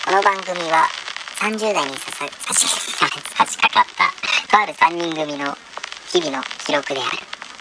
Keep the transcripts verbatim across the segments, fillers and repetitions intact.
この番組はさんじゅう代にささ差し差し掛かったとあるさんにん組の日々の記録である。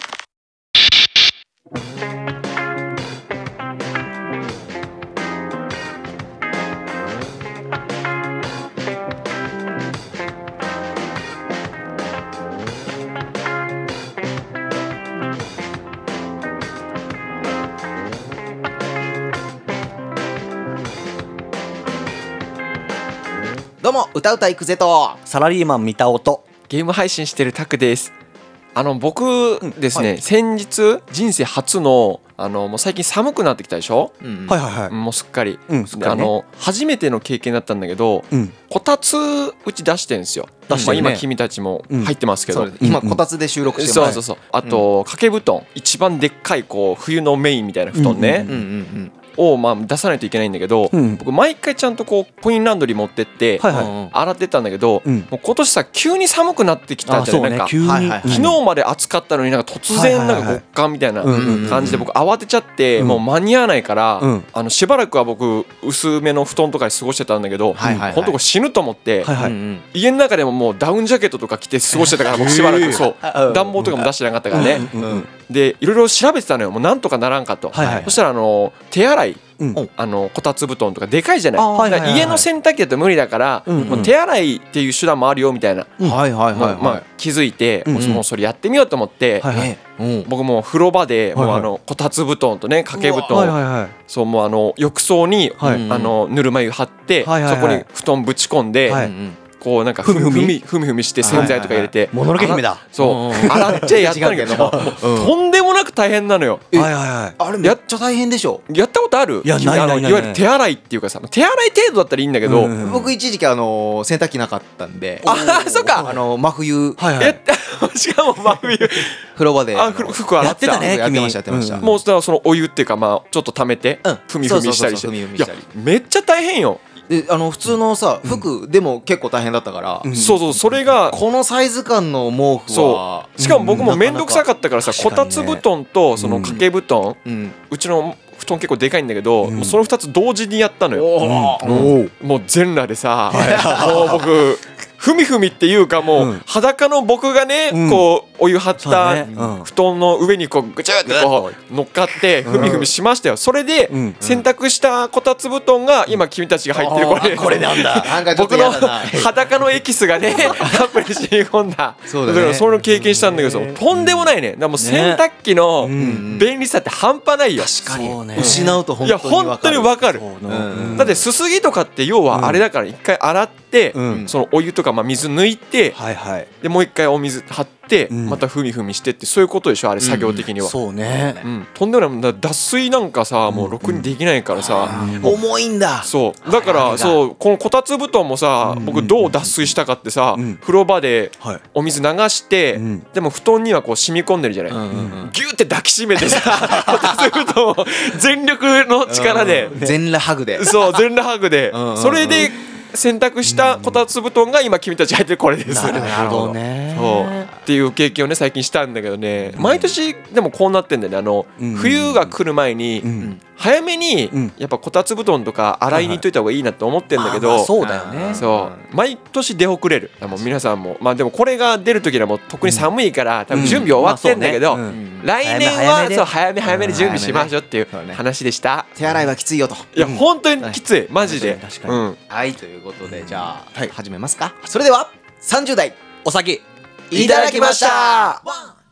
どうも歌うたいくぜとサラリーマン三田音ゲーム配信してるタクです。あの僕ですね、 はい、 先日人生初のあのもう最近寒くなってきたでしょ、 うん、はいはいはい、 もうすっかり、 うん、すっかりね、 あの初めての経験だったんだけど、うん、こたつうち出してんですよ。出してるね、まあ、今君たちも入ってますけど、 うん、今こたつで収録してます、 そうそうそう、あと掛け布団、一番でっかいこう冬のメインみたいな布団ね、うんうんうんうんをまあ出さないといけないんだけど、うん、僕毎回ちゃんとこうコインランドリー持ってって、はいはい、洗ってたんだけど、うん、もう今年さ急に寒くなってきたじゃない、なんか急に、はいはいはい、昨日まで暑かったのになんか突然なんか極寒みたいな感じで僕慌てちゃって、うん、もう間に合わないから、うん、あのしばらくは僕薄めの布団とかで過ごしてたんだけど、はいはいはい、本当これ死ぬと思って、はいはい、家の中でももうダウンジャケットとか着て過ごしてたから僕しばらくそう暖房とかも出してなかったからね、うんうんうん、でいろいろ調べてたのよ、もうなんとかならんかと、はいはい、そしたらあの手洗いうん、あのこたつ布団とかでかいじゃない、はいはいはい、家の洗濯機だと無理だから、うんうん、もう手洗いっていう手段もあるよみたいな、うんはいはいはいはい、まあ、気づいて、うんうん、もうそれやってみようと思って、はいはいうん、僕もう風呂場でもうあのこたつ布団とね掛け布団、はいはいはい、そうもうあの浴槽に、はい、あのぬるま湯張って、はいはいはい、そこに布団ぶち込んで、はいうんこうなんかふみふみふみふみして洗剤とか入れて、 もののけ姫だ。 そう洗ってやったんだけどとんでもなく大変なのよ。 はいはいはい。あれめっちゃ大変でしょ。 やったことある？ いやないないないない。 いわゆる手洗いっていうかさ、手洗い程度だったらいいんだけど、 僕一時期あの洗濯機なかったんで、 あそっかあの真冬しかも真冬風呂場で服洗ってたね。やってましたやってました。 もうそのお湯っていうかまあちょっと溜めてふみふみしたりして、いやめっちゃ大変よ。 であの普通のさ服でも結構大変だったから、 うん、そうそうそれがこのサイズ感の毛布はそうしかも僕も面倒くさかったからさ、こたつ布団とその掛け布団、うん、うちの布団結構でかいんだけど、うん、もうそのふたつ同時にやったのよ、うん、もう全裸でさもう僕ふみふみっていうかもう裸の僕がね、うん、こうお湯張った布団の上にこうぐちゅってこう乗っかってふみふみしましたよ。それで洗濯したこたつ布団が今君たちが入ってるこれ、 これなんだ僕の裸のエキスがねたっぷり染み込んだ。そうだからそれを経験したんだけど、とんでもないね。だからもう洗濯機の便利さって半端ないよ。 確かに失うと本当に分かる。 いや本当に分かる。だってすすぎとかって要はあれだから一回洗ってそのお湯とかまあ水抜いて、はいはい、でもう一回お水張って、うん、またふみふみしてってそういうことでしょあれ、作業的には、 うん、そうね、 うん、とんでもない脱水なんかさもうろくにできないからさ、 うん、重いんだ。 そうだからそうこのこたつ布団もさ、うん、僕どう脱水したかってさ、うん、風呂場でお水流して、うん、でも布団にはこう染み込んでるじゃない、うんうんうん、ギューって抱きしめてさこたつ布団を全力の力で、 うん、全裸ハグでそう全裸ハグで、うんうんうん、それで洗濯したこたつ布団が今君たち入ってるこれです。 なるほどね。 そうっていう経験をね最近したんだけどね、毎年でもこうなってんだよね。あの、うん、冬が来る前に、うん、早めにやっぱこたつ布団とか洗いに行っといた方がいいなって思ってんだけど、 そうだよね。 そう毎年出遅れる。もう皆さんもまあでもこれが出る時にはもう特に寒いから多分準備終わってんだけど、来年はそう早め早めに準備しましょうっていう話でした。 手洗いはきついよと。 いや本当にきついマジで。 確かに。うん、はいということでじゃあ、はい、始めますか。それではさんじゅう代お先いただきました。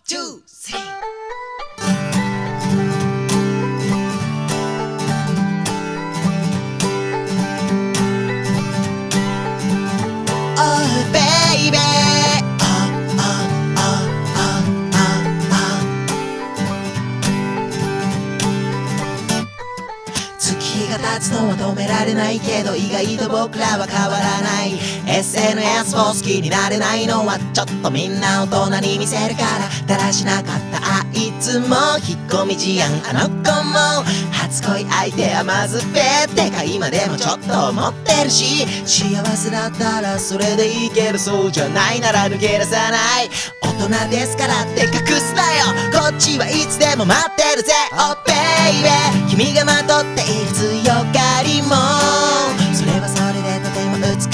立つのは止められないけど意外と僕らは変わらない。 エスエヌエス を好きになれないのはちょっとみんな大人に見せるから。だらしなかったあいつも引っ込み思案あの子も初恋相手はまずべってか今でもちょっと思ってるし、幸せだったらそれでいいけどそうじゃないなら抜け出さない。大人ですからって隠すなよ、こっちはいつでも待ってるぜ Oh baby 君がまとっている強がりもそれはそれで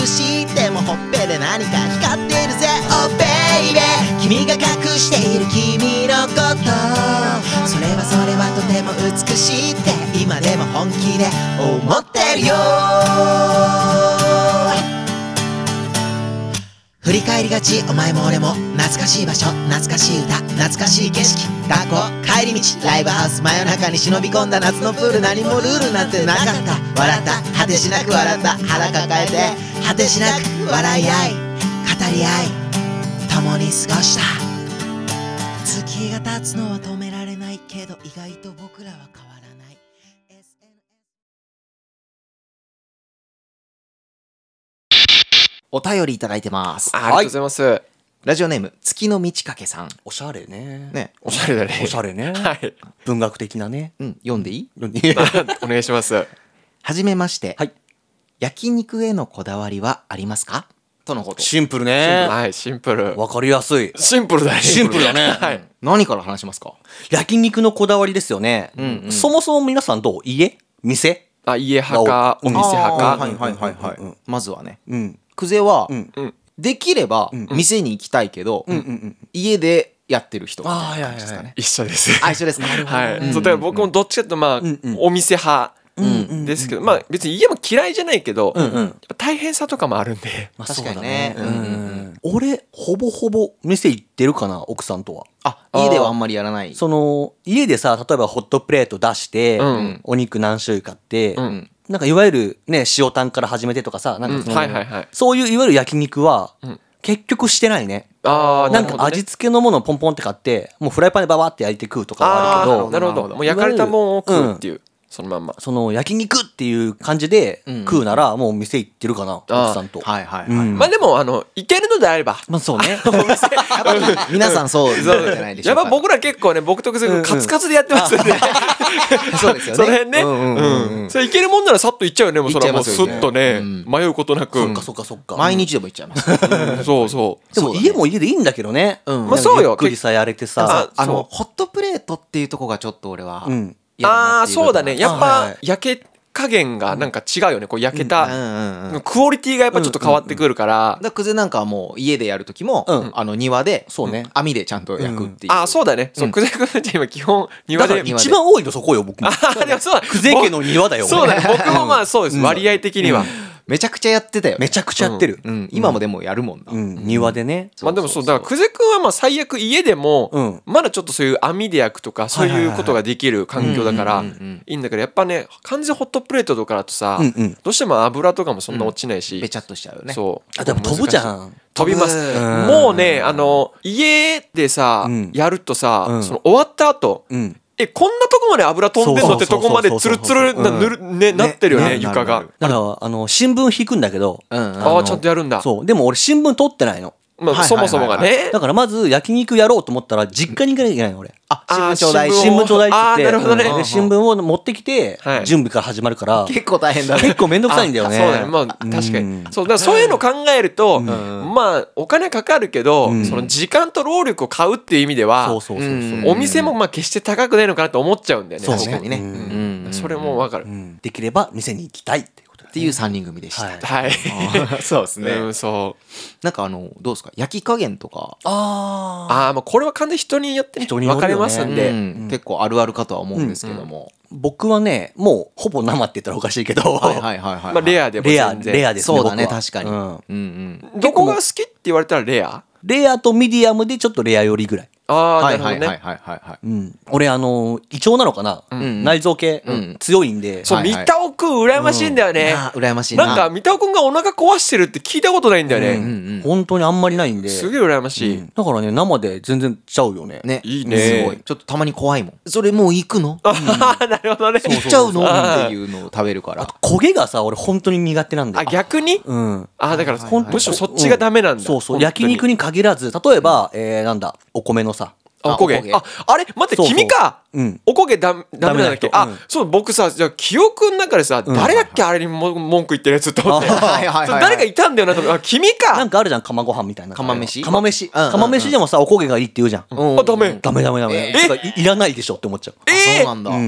美しいでもほっぺで何か光ってるぜ Oh baby 君が隠している君のことそれはそれはとても美しいって今でも本気で思ってるよ振り返りがちお前も俺も懐かしい場所懐かしい歌懐かしい景色学校帰り道ライブハウス真夜中に忍び込んだ夏のプール何もルールなんてなかった笑った果てしなく笑った腹抱えて果てしなく笑い合い語り合い共に過ごした月が経つのは止められないけど意外と僕らは変わらない エスエヌエスお便りいただいてます。 あありがとうございます。 ラジオネーム月の満ち欠けさん。 おしゃれね。 ね、 おしゃれだね。 おしゃれね。 はい。 文学的なね。 うん、読んでいい？ お願いします。 はじめまして。 はい。 焼肉へのこだわりはありますか？とのこと。 シンプルね。 はい、シンプル。 わかりやすい。 シンプルだね。 シンプルだね。 はい。 何から話しますか？ 焼肉のこだわりですよね。 うんうんそもそも皆さんどう？家？店？ あ、家派か、お店派か。 あーはいはいはいはい。 うんうんうんまずはね、 うん。 クゼは、 うんうん。 できればん店に行きたいけど、 うんうんうん。 家でやってる人みたいあーな感じですかね。 一緒です。 あ、一緒ですか。 はい。そう、だから僕もどっちかというと、まあうんうん、 お店派うんうんですけど、まあ別に家も嫌いじゃないけど、 うんうんやっぱ大変さとかもあるんで。 まあ確かにねそうだうんうんうん俺ほぼほぼ店行ってるかな奥さんとは。 あ、家ではあんまりやらない。 その家でさ例えばホットプレート出して、 うんお肉何種類買って、 うんなんかいわゆるね塩タンから始めてとかさなんかその、 うんはいはいはいそういういわゆる焼肉は、 うん結局してないね。 ああ、 なんか味付けのものをポンポンって買ってもうフライパンでババって焼いて食うとかはあるけどあーなるほど。もう焼かれたもんを食うっていう、そのまんま。 その焼肉っていう感じでうん食うならもう店行ってるかな、 あー奥さんと。 はいはいはい。 うんまあでも、あの、いけるのであれば。 まあそうね。 皆さんそうじゃないでしょうか。 やっぱ僕ら結構ね、僕とくずカツカツでやってますんで。 そうですよね。 その辺ね。 うんうんうんうんうん。それいけるもんならさっといっちゃうよね。もうそれはもうスいっちゃいますよねッとねうん、 迷うことなく。 そっかそっかそっか。 毎日でも行っちゃいます。 うんそうそう。 でも家も家でいいんだけどね。 うんまあそうよゆっくりさやれてさ。 あの、 そうホットプレートっていうとこがちょっと俺はうん嫌だああ、 なっていう部分そうだね。やっはいはぱい、 焼け加減がなんか違うよね。こう焼けうんた、 うんうん。 クオリティがやっぱちょっと変わってくるから。 だからクゼなんかはもう家でやるときも、 うんあの庭で、 そうね網でちゃんと焼くっていう。 ああ、そうだね。そうう、 んくぜくぜって今基本庭で。 だから一番多いのそこよ僕も。 ああ、でもそうだ。 久世家の庭だよ。 そうだね。 俺僕もまあそうです。割合的には。 めちゃくちゃやってたよね。 めちゃくちゃやってる。 うん、今もでもやるもんな。 うん庭でね。 まあでもそう、だからくぜくんはまあ最悪家でもうん、 まだちょっとそういう網で焼くとか、そういうことができる環境だからうんうんうんうん、 いいんだけど、やっぱね、完全ホットプレートとかだとさうんうん、 どうしても油とかもそんな落ちないしべち、ゃっとしちゃうよね。 そう。 あでも飛ぶじゃ難しい。 ん。 飛びます。 うんもうね、あの、家でさうん、 やるとさう、んその終わった後、 うん。 え、こんなとこまで油飛んでんのってとこまでツルツルなうんぬるねなってるよね、 ね床が。 だからあの新聞引くんだけど。 うんうん。 ああ、ちゃんとやるんだ。 そうでも俺新聞取ってないの。 まあ、 はいはいはいはいそもそもがね。 だからまず焼肉やろうと思ったら実家に行かなきゃいけないの俺。 あ、 あー新聞ちょうだい。 新新聞ちょうだいってあー言って。 なるほどねうんで新聞を持ってきてはい準備から始まるから結構大変だね。 結構めんどくさいんだよね。 あそうだね。まあ、確かうんに。そう、だからそういうの考えると、 んまあ、お金かかるけど、 うんその時間と労力を買うっていう意味では、 そうそうそうそう。 うんお店もまあ決して高くないのかなと思っちゃうんだよね。 そう確かにね。 うんうんそれもわかるう。んできれば店に行きたいっていうことだねっていうさんにん組でした。 はいはい。 そうですうん、そう。 なんかあの、どうですか焼き加減とか、 ああ。 ああ、まあこれは完全に人によってね人によるよね分かれますんで。 うん結構あるあるかとは思うんですけども。 僕はねもうほぼ生って言ったらおかしいけど、 はいはいはいはい。 まあレアでもレア全然。 レアですね。 そうだね、 僕は確かに。 ううんんうん。 どこが好きって言われたらレアレアとミディアムでちょっとレア寄りぐらい。 ああ、 はないるほどね。 はいはいはいはいはい。 うん、俺あの胃腸なのかな、 ん内臓系、 うん強いんで、 そう、 はいはい三田尾くん羨ましいんだよね。 あー羨ましいな。 なんか、三田尾くんがお腹壊してるって聞いたことないんだよね。 うんうん。 本当にあんまりないんで、 すげえ羨ましい。 だからね生で全然ちゃうよね。 ね。 いいねすごい。ちょっとたまに怖いもん。それもう行くのああ、なるほどね。 行っちゃうのあーっていうのを食べるから。 焦げがさ俺本当に苦手なんだあ、 よ。 逆にうん。 ああ、だから、 はいはいはいむしろそっちがダメなんだ。 そうそう本当に焼肉に限らず例えば、えー、なんだお米のさ、 あおこげあおこげあ、あれ待って、 そうそう君かうんおこげダメダメなんだっけあダメな人うん、 そう、僕さ、じゃあ記憶の中でさ、誰だっけあれにも文句言ってるやつと思って。 はいはいはいはいそう誰かいたんだよなと思って、あ、君かなんかあるじゃん釜ご飯みたいな。 釜飯釜飯。 うんうんうん釜飯でもさおこげがいいって言うじゃん。 うんあダメダメダメダメ。 えだからいいらないでしょって思っちゃう。 あえーそうなんだ。 うん。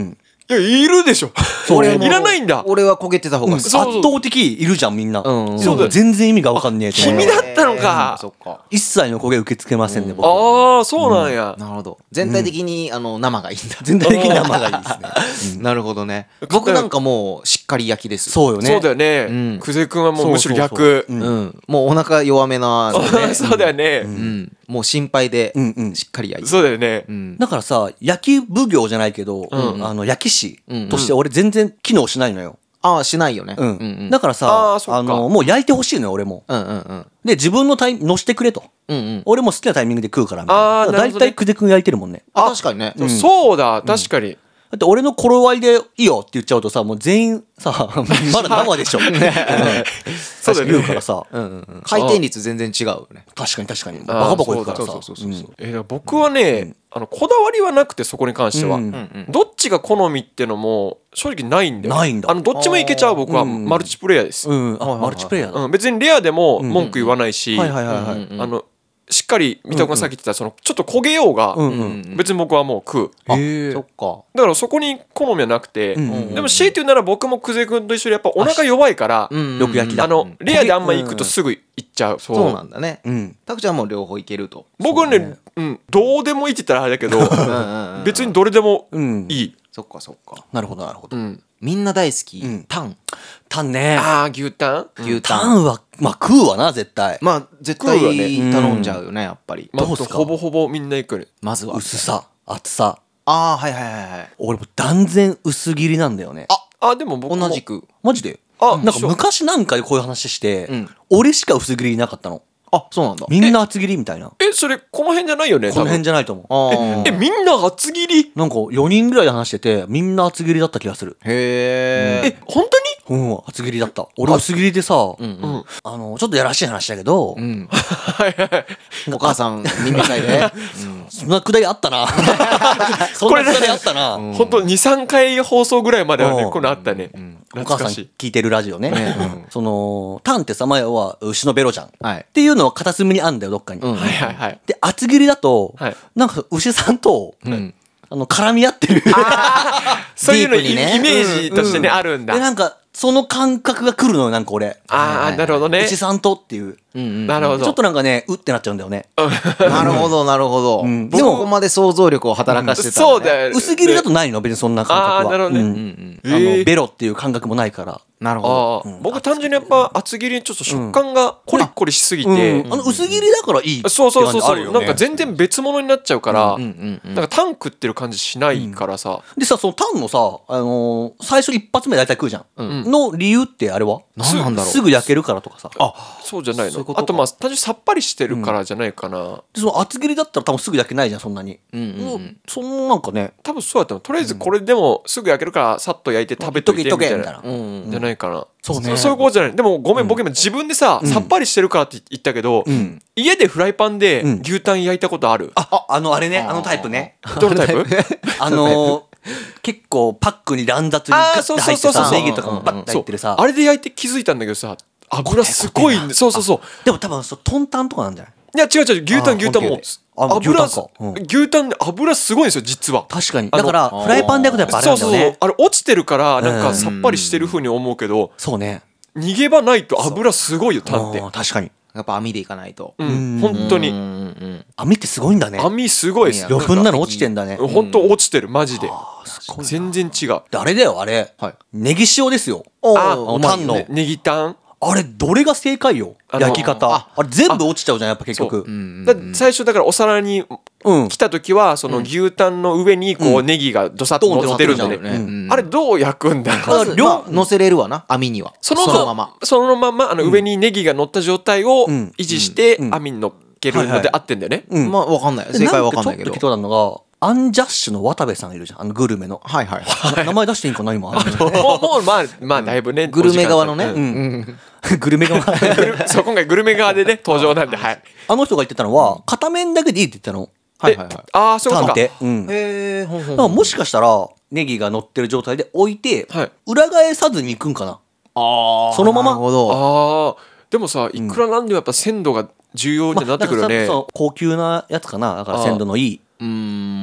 いやいるでしょ。 俺もいらないんだ。 俺は焦げてた方が好き。 そうそう圧倒的いるじゃんみんな、 うんうんそうだよ全然意味が分かんねえと思う君だったのかえーそっか。 一切の焦げ受け付けませんね、僕ああそうなんや。 なるほど。全体的にあの生がいいんだ。 全体的に生がいいですねなるほどね。僕なんかもうしっかり焼きです。 そうよねそうだよね。 うん久世君はもうむしろそうそう逆。 そううん。もうお腹弱めなので。 そうだよね。 うん。もう心配でうんうんしっかり焼いて。 そうだよねう。ん。 だからさ焼き奉行じゃないけど、 うんあの焼き師うんとして俺全然機能しないのよ、 ああしないよね。 うんうんうん。 だからさあーそっかあのもう焼いてほしいのよ俺もうんうんうん。 で自分のタイ乗してくれとうんうん。 俺も好きなタイミングで食うからみたいなあーなるほどねだいたい久世君焼いてるもんねあ確かにね。 んそうだ確かに。 だって俺の頃合いでいいよって言っちゃうとさもう全員さまだ生でしょそうだよね言うからさうんうんうん。回転率全然違うよね。 確かに確かにあーバカバカいくからさそうそうそうそう。 えーだから僕はねあのこだわりはなくてそこに関しては。 うんうんうん。 どっちが好みってのも正直ないんだよ。 ないんだあのどっちもいけちゃう僕はうんマルチプレイヤーです。 うんはいはいはいあマルチプレイヤーだうん別にレアでも文句言わないし、 はいはいはいはいうんうんあのしっかり三田君がさっき言ってたそのちょっと焦げようがうんうんうん。 別に僕はもう食う。 あへえそっか。 だからそこに好みはなくて、 うんうんでも強いて言うなら僕も久世君と一緒でやっぱお腹弱いから、 うんよく焼きだあのレアであんま行くとすぐ行っちゃう。そうそうなんだね。 うんタクちゃんも両方いけると。 僕はねうん、どうでもいいって言ったらあれだけどうんうんうん。 別にどれでもうんいい。 そっかそっか。 なるほどなるほどうん、 みんな大好きうん。 タン。 タンねああ牛タン牛タン。 タンはまあ食うわな絶対まあ絶対食うわね頼んじゃうよねやっぱり。 まあどうすかほぼほぼみんな行くね。 まずは。 薄さ厚さああはいはいはいはい。 俺も断然薄切りなんだよねあでも僕も同じく。 マジであなんか一緒昔なんかでこういう話して、 うん俺しか薄切りなかったのあそうなんだ。 みんな厚切りみたいなこえそれこの辺じゃないよねの辺じじゃないと思うあえみんな厚切りなんかよにんぐらいで話しててみんな厚切りだった気がするあ。へえ。 え本当うん厚切りだった俺薄切りでさ、 うんにうんあのちょっとやらしい話だけど、 うん。 はいはいお母さん耳塞いで。 そんなくだりあったなそんなくだりあったな、 本当にさんかい放送ぐらいまではねうんこのあったねお母さん懐かしい聞いてるラジオね、 ねそのタンってさ前は牛のベロじゃんっはい。 ていうのは片隅にあんだよどっかに、 うんはいはいはいで厚切りだと、 はいなんか牛さんと、 うん。 あの絡み合ってるそういうのイディープにねイメージとしてねあるんだでなんかその感覚が来るのよなんか俺ああなるほどね牛さんとっていううんうん。 なるほどちょっとなんかねうってなっちゃうんだよねなるほどなるほど。 うんでもここまで想像力を働かしてた。 そうだよ薄切りだとないの別にそんな感覚はあーなるほどねうんうんうん。 あのえーベロっていう感覚もないからなるほど。 ああ僕単純にやっぱ厚切りにちょっと食感がコリコリしすぎてうんあの薄切りだからいいってそうそうそうそう感じあるよねなんか全然別物になっちゃうからうんうんうん。 なんかタン食ってる感じしないからさでさそのタンのさ、あのー最初一発目大体食うじゃん、 うんの理由ってあれは何なんだろう。 すぐ焼けるからとかさあそうじゃないのそういうことかあとまあ単純にさっぱりしてるからじゃないかなでその厚切りだったら多分すぐ焼けないじゃんそんなに、 うんうんうん。 そのなんかね多分そうだったのとりあえずこれでもすぐ焼けるからさっと焼いて食べといてみいっとけたいないっとけみたいうんうんじゃないかなそうねそういうことじゃないでもごめん僕今自分でささっぱりしてるからって言ったけどん家でフライパンでうん牛タン焼いたことあるああのあれねあのタイプねどのタイプあのー結構パックに乱雑にガッて入ってあーそうそうそうさそうネギとかもバッて入ってるさあれで焼いて気づいたんだけどさ油すごいんでそうそうそうでも多分そうトンタンとかなんじゃないいや違う違う牛タンあ牛タンもあ油牛タンかうん牛タンで油すごいんですよ実は確かにあのだからフライパンで焼くとやっぱあれそうそうそうなんだよねあれ落ちてるからなんうんかさっぱりしてる風に思うけどそうね逃げ場ないと油すごいよタンってあー確かにやっぱ網でいかないと。 うん本当にうんうんうん。 網ってすごいんだね網すごいです余分なの落ちてんだね本当落ちてるマジであーすごいな全然違うであれだよあれはい。 ネギ塩ですよあおータンのねネギタンあれどれが正解よあの焼き方あれ全部落ちちゃうじゃんやっぱ結そう局うんだ最初だからお皿にうん来た時はその牛タンの上にこうネギがドサッと乗ってるんだねドーンって乗ってるじゃんうんあれどう焼くんだろうまず両まあ乗せれるわな網には。 そのそのまま。 そのままあの上にネギが乗った状態をうん維持してうん網に乗っけるので合ってんだよねうんまあわかんない。 で正解はわかんないけどんかちょっと。聞いたのがアンジャッシュの渡部さんいるじゃんあのグルメのはいはいはい。 名前出していいんかな今もうもうまあまあだいぶねグルメ側のね。 お時間ううんん。 グルメがグルそう今回グルメ側でね登場なんではいあの人が言ってたのは片面だけでいいって言ってたのはいはいはい。 ああそういうタンっことかてうんだかへえ、ほんほんらもしかしたらネギが乗ってる状態で置いてはい裏返さずにいくんかなあそのままなるほど。 ああでもさいくらなんでもやっぱ鮮度が重要になってくるよねまあだからさそう高級なやつかなだから鮮度のいいうーん。 多分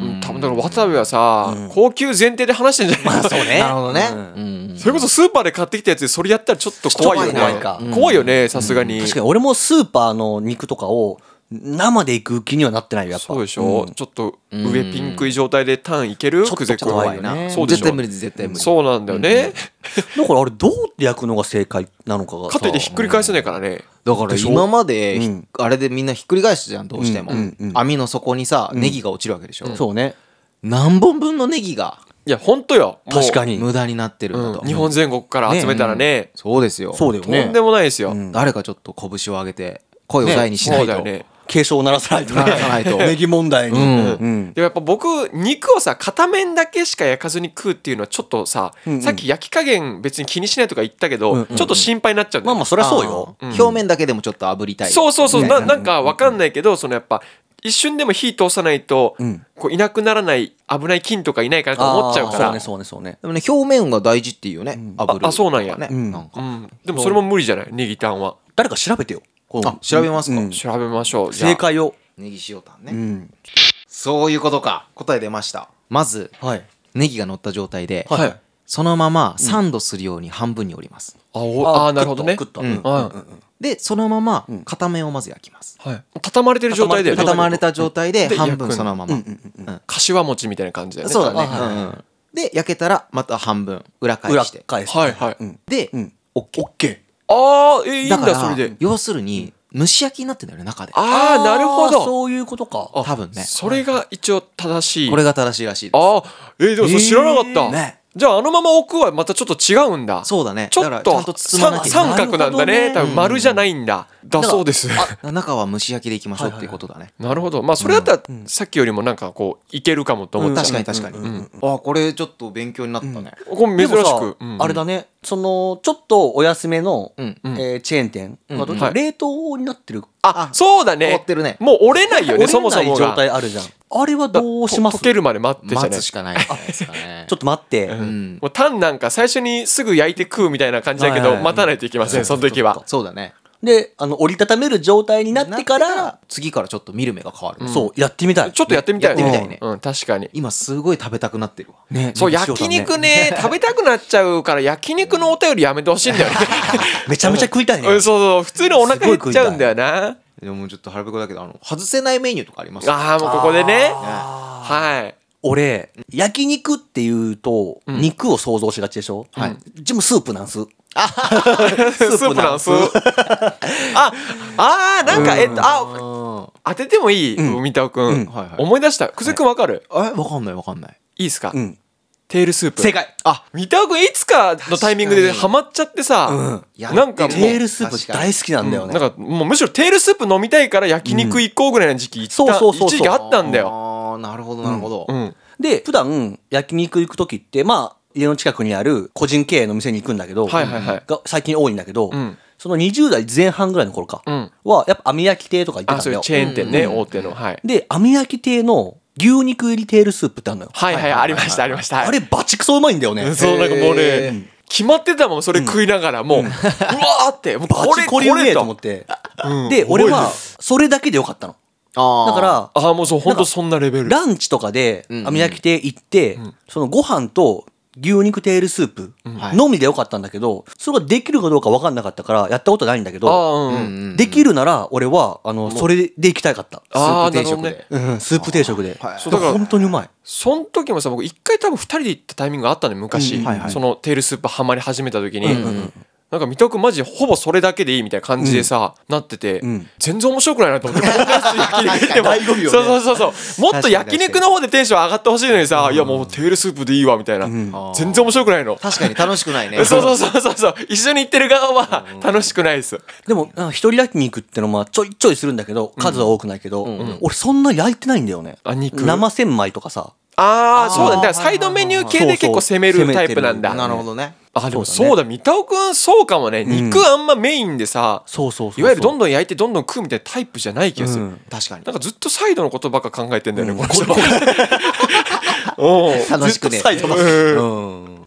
だから渡部はさ、高級前提で話してんじゃないまあそうねなるほどね、 うんうんそれこそスーパーで買ってきたやつでそれやったらちょっと怖いよね。 怖いか怖いよね、さすがに。 確かに俺もスーパーの肉とかを生で行く気にはなってないよやっぱ。 そうでしょ、 んちょっと上ピンクい状態でタンいけるちょっとクゼコ怖いよねそうでしょ絶対無理絶対無理。 そうなんだよね、 だからあれどう焼くのが正解なのかがさかといってひっくり返せないからね。 だからでしょ今までひうんあれでみんなひっくり返すじゃんどうしても、 うんうんうん網の底にさネギが落ちるわけでしょ、 そうね何本分のネギがいやほんとよ。もう確かに無駄になってるんだと、 うん日本全国から集めたらね、 そうですよそうだよねとんでもないですよ。 うん誰かちょっと拳を上げて声を大にしないと、 そうだよね。 警鐘を鳴らさないとね鳴らさないとネギ問題にうんうんでもやっぱ僕肉をさ片面だけしか焼かずに食うっていうのはちょっとさ、 うんうんさっき焼き加減別に気にしないとか言ったけど、 うんうんうんちょっと心配になっちゃうんだよ、 まあまあそりゃそうよあー表面だけでもちょっと炙りたい、 そうそうそうみたないなんかわかんないけどそのやっぱ一瞬でも火通さないと、 うんこういなくならない危ない菌とかいないかなと思っちゃうからあーそうねそうねそうねでもね表面が大事っていうよね、 ん炙るああそうなんやね、 うんなんかうん、でもそれも無理じゃないネギタンは。 誰か調べてよこのあ調べますかうん調べましょうじゃあ正解をネギ塩タンね、 うんそういうことか答え出ました。まずはいネギが乗った状態で、 はい、はい、 そのままサンドするように半分に折ります、 あおあーなるほどね。 食ったうん食ったうんうんうんでそのままうん片面をまず焼きます、 はい、畳まれてる状態で畳まれた状態でで半焼くん分そのまま、 うんうんうんうん柏餅みたいな感じだよね。 そうだね、 あはいはいはいうんうんで焼けたらまた半分裏返裏して返すはいはいうんで、 うんオッケーオッケああえいいんだからだそれで。 要するに蒸し焼きになってんだよね中でああなるほど。 そういうことかあ多分ねそれが一応正しい。 これが正しいらしいですああえー、でもそれ知らなかった、 えーねじゃああのまま置くはまたちょっと違うんだ。 そうだねちょっとだからちゃんと包まなきゃいけない三角なんだね。 なるほどね多分丸じゃないんだ。だそうです。 中は蒸し焼きでいきましょうっていうことだね、 なるほど。まあそれだったらさっきよりもなんかこういけるかもと思っちゃう。 確かに確かに、 うんあこれちょっと勉強になったね、 これ珍しでもさく、うんあれだねそのちょっとお安めのうんうんえーチェーン店うんがどっちはい冷凍になってるあそうだね凍ってるねもう折れないよねそもそも折れない状が態あるじゃんあれはどうしますと溶けるまで待ってじゃね待つしかないんじゃないですかねちょっと待ってうんもうタンなんか最初にすぐ焼いて食うみたいな感じだけはいはいど待たないといけませんその時は。 そうだねであの折りたためる状態になってかなら次からちょっと見る目が変わる、 そうやってみたいちょっとやってみたいよね。 やってみたいねうん確かに。 今すごい食べたくなってるわねそうなんか焼肉ね食べたくなっちゃうから焼肉のお便りやめてほしいんだよね。 めちゃめちゃ食いたいねうんそうそう普通にお腹減っちゃうんだよな。 でももうちょっと腹ペコだけどあの外せないメニューとかありますああもうここでね。 あはい。 俺焼肉っていうとん肉を想像しがちでしょはいでもスープなんすスープなんす。あ、あーなんかえっとああ当ててもいいうん三田くうんんはいはい思い出したくずくんわかる？ えわかんないわかんないいいっすかう？んテールスープ。 正解あ三田くんいつかのタイミングでハマっちゃってさうんなんかもうテールスープ大好きなんだよねなんかもうむしろテールスープ飲みたいから焼肉行こうぐらいの時期行ったそうそうそうそう一時期あったんだよ。 ああなるほどなるほど、 うん。 で普段焼肉行く時ってまあ家の近くにある個人経営の店に行くんだけど、 はいはいはい。 が最近多いんだけど、 うんそのにじゅう代前半ぐらいの頃か、 うん。 はやっぱ網焼き亭とか行ってたんだよあそういうチェーン店ねうん大手のはい。 で網焼き亭の牛肉入りテールスープってあるのよ、 はいはいありましたありました。 あれバチクソうまいんだよね、 うんそうなんかもうへね決まってたもんそれ食いながらもううわーってもうバこれこチコリうめえれとと思って、 うんで俺は覚えてるそれだけでよかったのあーだからああもうそう本当そんなレベル。 ランチとかでうん網焼き亭行って、 んそのご飯と牛肉テールスープはいのみでよかったんだけど、それができるかどうか分かんなかったからやったことないんだけど、 ああうん。 うんうんできるなら俺はあのそれで行きたかった、 ああスープ定食なるで、 うん、スープ定食で、 はいそうだから本当にうまいその時もさ僕一回多分二人で行ったタイミングがあったのよ昔、 うんはいはいそのテールスープハマり始めた時に、 うんうんなんか三田君マジほぼそれだけでいいみたいな感じでさ、なってて、 うん全然面白くないなと思ってこんなやつ焼肉行っても醍醐味よねそうそうそうそうもっと焼肉の方でテンション上がってほしいのにさ、いやもうテールスープでいいわみたいな、 ん全然面白くないの。 確かに楽しくないねそうそうそうそうそう一緒に行ってる側は楽しくないです。 でもなんか一人焼肉ってのもまあちょいちょいするんだけど数は多くないけど、 ん俺そんな焼いてないんだよねあ肉生千枚とかさああそうだねだからあーサイドメニュー系で結構攻めるタイプなんだ。 なるほどねあでもそうだねそうだ三田くんそうかもね、肉あんまメインでさそうそうそうそういわゆるどんどん焼いてどんどん食うみたいなタイプじゃない気がする、 うん確かになんかずっとサイドのことばっか考えてんだよね、 うんこの人おう楽しくねずっとサイドばっかりうん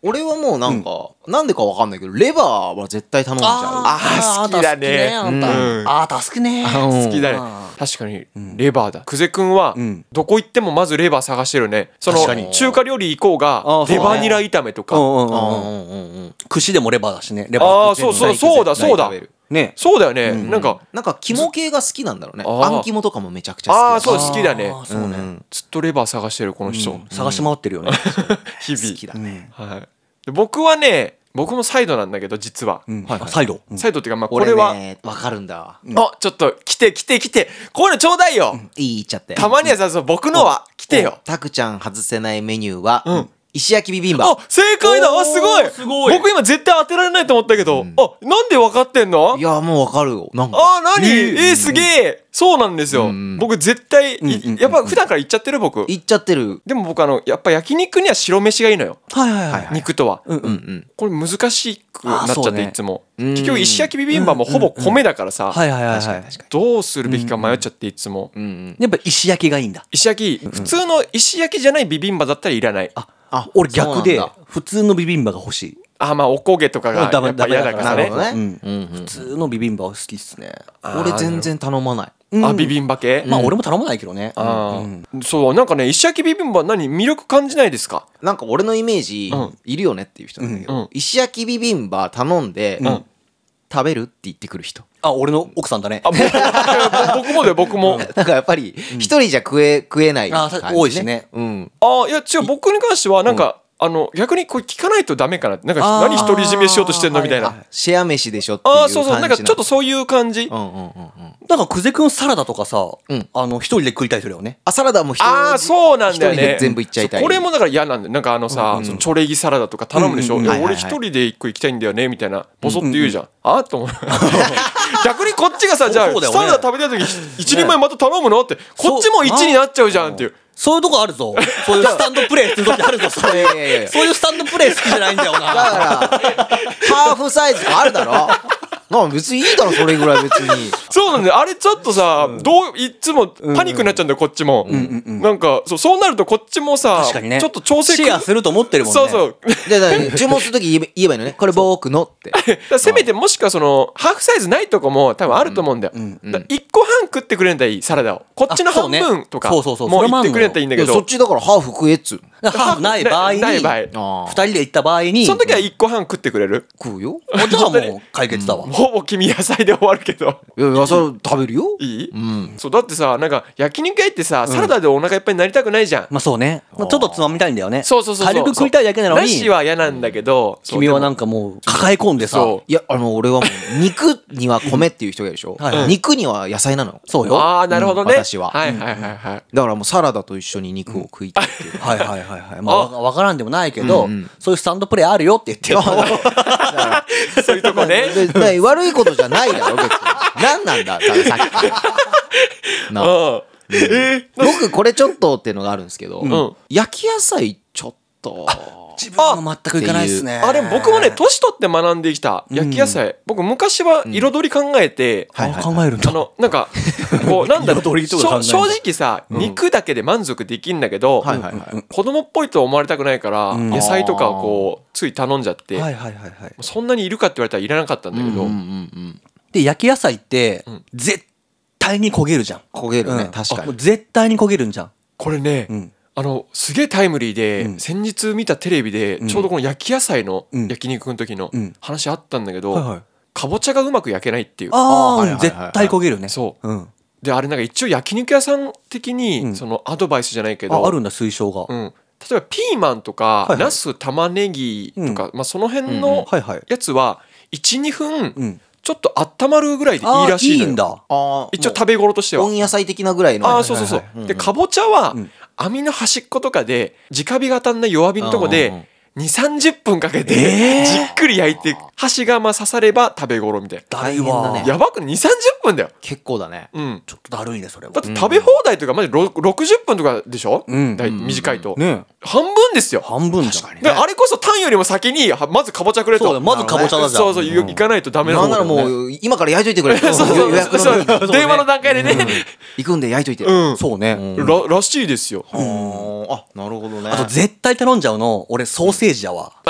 俺はもうなんか、なんでかわかんないけどレバーは絶対頼んじゃう。 あー好きだねあんた好きねあんたうんあーた好きねうん好きだね確かにレバーだ久世くんはんどこ行ってもまずレバー探してるねその確かに中華料理行こうがあーそうねレバーニラ炒めとかうんうんうんうんうんうんうん。 串でもレバーだしねレバーああそうそうそうだそうだ絶対食べるねそうだよねなんかなんか肝系が好きなんだろうね。 あーあん肝とかもめちゃくちゃ好きだし。 ああそう好きだねあーそうねずっとレバー探してるこの人探し回ってるよね日好きだ 々 ね。 はいで僕はね僕もサイドなんだけど実はうんあサイドうんサイドっていうかまあこ俺れはねわかるんだわ。 あちょっと来て来て来てこういうのちょうだいよいい言っちゃって。 たまにはさそう僕のは来てよタクちゃん外せないメニューは、 うん石焼きビビンバ。 あ正解だあすごいすごい僕今絶対当てられないと思ったけど、 うんあなんで分かってんのいやもうわかるよ。なんか。 あ何えーえー、すげえそうなんですよ、 うん僕絶対、いうんうんうんやっぱ普段から言っちゃってる僕言っちゃってる。 でも僕あのやっぱ焼肉には白飯がいいのよはいはいはい肉とは、 うんうんうんうん。 これ難しくなっちゃってあそうねいつも、 うん結局石焼きビビンバもほぼ米だからさ、 はいはいはい確かはいに確かどうするべきか迷っちゃっていつも、 に。うんうん。 やっぱ石焼きがいいんだ石焼き普通の石焼きじゃないビビンバだったらいらないああ俺逆でそうなんだ普通のビビンバが欲しいあまあおこげとかがダメやっぱ嫌だからねなるほどね。 うんうんうん普通のビビンバは好きっすね俺全然頼まない。 あビビンバ系、 まあ俺も頼まないけどねあうんーそうなんかね石焼きビビンバ何魅力感じないですかなんか俺のイメージ、 うんいるよねっていう人なんだけど、 うんうん石焼きビビンバ頼んで、 ん食べるって言ってくる人。 あ俺の奥さんだねあ僕僕もだよ僕もなんかやっぱり一人じゃ食え食えないあ感じ、ね。 多いしねうん。 あいや違う僕に関してはなんか、あの逆にこれ聞かないとダメかななんかあー何独り占めしようとしてんのみたいな、 あシェア飯でしょっていう感じああそうそうなんかちょっとそういう感じ、 うんうんうんうん。 なんか久世くんサラダとかさうんあの一人で食いたい人だよねあサラダも一人ああそうなんだよね一人で全部いっちゃいたい。 そうこれもだから嫌なんだよなんかあのさ、そのチョレギサラダとか頼むでしょ、 うんうんいやはいはいはい俺一人で一個行きたいんだよねみたいなボソって言うじゃん、あと思う逆にこっちがさじゃあそうだよねサラダ食べたい時一人前また頼むのってこっちも一になっちゃうじゃんっていうそういうとこあるぞそういうスタンドプレーする時あるぞそいやいやいやそういうスタンドプレー好きじゃないんだよだなからハーフサイズあるだろ。なんか別にいいだろそれぐらい別に。 そうなんだよあれちょっとさ、どういっつもパニックになっちゃうんだよこっちも、なんかそうそうなるとこっちもさ確かにねちょっと調整シェアすると思ってるもんねそうそうでだから注文するとき言えば言えばいいのね。これ僕のって。 だからせめてもしくはそのハーフサイズないとこも多分あると思うんだよ、だからいっこはん食ってくれんだらいいサラダをこっちの半あそうね分とかそうそうそうもうそれもあんのよ言ってくれんだったらいいんだけどいやそっちだからハーフ食えっつうの。 だからハーフない場合にない場合あ二人で行った場合にその時はいっこはん食ってくれる食うよ。 じゃあもう解決だわほぼ君野菜で終わるけどいや野菜食べるよ。 いい、 うん。 そうだってさなんか焼肉屋行ってさサラダでお腹いっぱいになりたくないじゃん、 まあそうねちょっとつまみたいんだよねそうそうそうそう軽く食いたいだけなのなしには嫌なんだけど、そう君はでもなんかもう抱え込んでさそういやあの俺はもう肉には米っていう人がいるでしょ。 はいはい肉には野菜なの。 そうよああなるほどね、 うん私ははいはいはいはい、 だからもうサラダと一緒に肉を食いたいっていう。 はいはいはいはいまあわわからんでもないけどうんうんそういうスタンドプレーあるよって言ってよそういうとこねでで悪いことじゃないだろ別に。何なんだだからさっきから。なうんえー、 僕これちょっとっていうのがあるんですけど、 ん焼き野菜ちょっと自分は全くいかないっすねあでも僕もね年取って学んできた焼き野菜、僕昔は彩り考えて、 あ考えるんだあのなんかこうなんだろう彩りとか考えるんだしょ正直さ、肉だけで満足できんだけど、 はいはいはい。 子供っぽいと思われたくないから、 ん野菜とかをこうつい頼んじゃって、 はいはいはいはいそんなにいるかって言われたらいらなかったんだけど、 うんうんうん。 で焼き野菜ってん絶対に焦げるじゃん焦げるね、 うん確かに。 もう絶対に焦げるんじゃんこれね、 うんあのすげえタイムリーで、 うん先日見たテレビで、ちょうどこの焼き野菜のうん焼肉の時のうん話あったんだけど、 はいはいかぼちゃがうまく焼けないっていう。 ああはいはいはいはい絶対焦げるねそううんであれなんか一応焼肉屋さん的に、 うんそのアドバイスじゃないけどああるんだ推奨がうん、例えばピーマンとか、 いはいナス玉ねぎとか、まあ、その辺のはいはいやつはいちにふんうんちょっと温まるぐらいでいいらしいのよあーいいんだああ。 一応食べ頃としては。 温野菜的なぐらいの。 ああそうそうそう、 はいはいはいでかぼちゃは、 うん網の端っことかで直火が当たんない弱火のとこうんうんうんでにじゅうさんじゅっぷんかけて、 えーじっくり焼いて箸がまあ刺されば食べ頃みたい大大変だねわな。やばくにじゅうさんじゅっぷんだよ。 結構だね。 うんちょっとだるいねそれはだって食べ放題というかマジろろくじゅっぷんとかでしょ、 うんだい短いと、 ね半分ですよ。 半分じゃん確かにであれこそタンよりも先にはまずかぼちゃくれとそうだまずかぼちゃだじゃんそうそうい行かないとダメななんならうもう今から焼いといてくれ。 そうそう予約のそう時に電話の段階でね行くんで焼いといて。 うんそうねららしいですよ。 あーあ、なるほどね。 あと絶対頼んじゃうの俺ソーセージだわ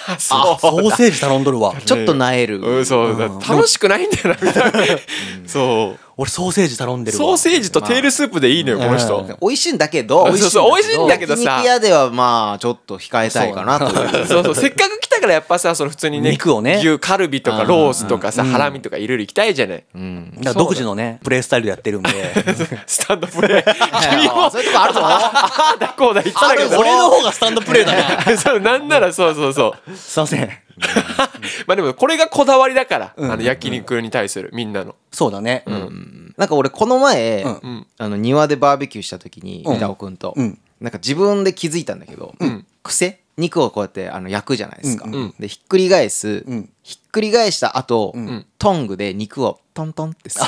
あそうソーセージ頼んどるわ。 ちょっとなえる、 うんそうだ楽しくないんだよなみたいなそう俺ソーセージ頼んでるわ。 ソーセージとテールスープでいいのよこの人美味しいんだけどそうそう美味しいんだけどさ焼肉屋ではまあちょっと控えたいかなというそうそうせっかく来たからやっぱさその普通にね肉をね牛カルビとかロースとかさハラミとかいろいろ行きたいじゃないうんだから独自のねプレイスタイルでやってるんで。 スタンドプレー君もそういうとこあるぞああだこうだ言ってたけど俺の方がスタンドプレイだな。 そうなんならそうそうそうすいません。 まあでもこれがこだわりだからあの焼肉に対するみんなのそうだね。 なんか俺この前、 うんあの庭でバーベキューした時にうん板尾くんと、 うんなんか自分で気づいたんだけど、 ん癖肉をこうやってあの焼くじゃないですか、 うんうんでひっくり返す、 うんひっくり返した後、 んトングで肉をトントンってする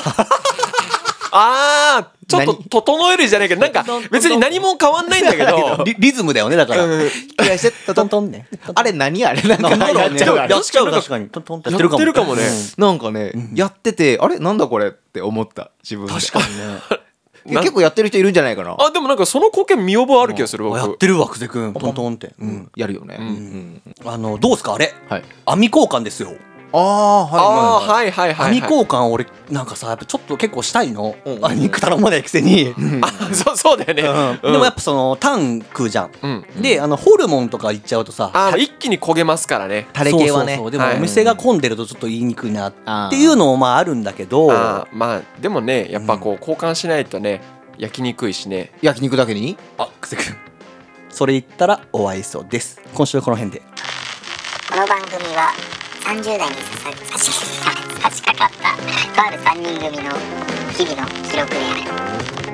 あーちょっと何整えるじゃないけどなんか別に何も変わんないんだけどリリズムだよねだから。 ひっくり返してトントントントンね。 あれ何あれなんかなんだろうね。 やっちゃうやっちゃう確かに。トントンってやってるかも。 やってるかもねなんかね、やっててあれなんだこれって思った自分で確かにね。 いや結構やってる人いるんじゃないかなあでもなんかその光景見覚えある気がする僕やってるわ久世くん。トントンって。うんやるよね、うんあのどうすかあれ。 はい網交換ですよ。 ああはいああはいはいはいはい網交換俺なんかさやっぱちょっと結構したいの。 うんあ肉頼まないくせに。 あそうそうだよねうんでもやっぱそのタン食うじゃん。 うんであのホルモンとかいっちゃうとさ。 あー一気に焦げますからねタレ系はねそうそうそうでもはいお店が混んでるとちょっと言いにくいなあーっていうのもまああるんだけど。 あーまあでもねやっぱこう交換しないとね焼きにくいしね焼肉だけにあ久世くん。それ言ったらお会いそうです。今週はこの辺で。 この番組はさんじゅう代にささ差し差し掛かったとあるさんにん組の日々の記録である。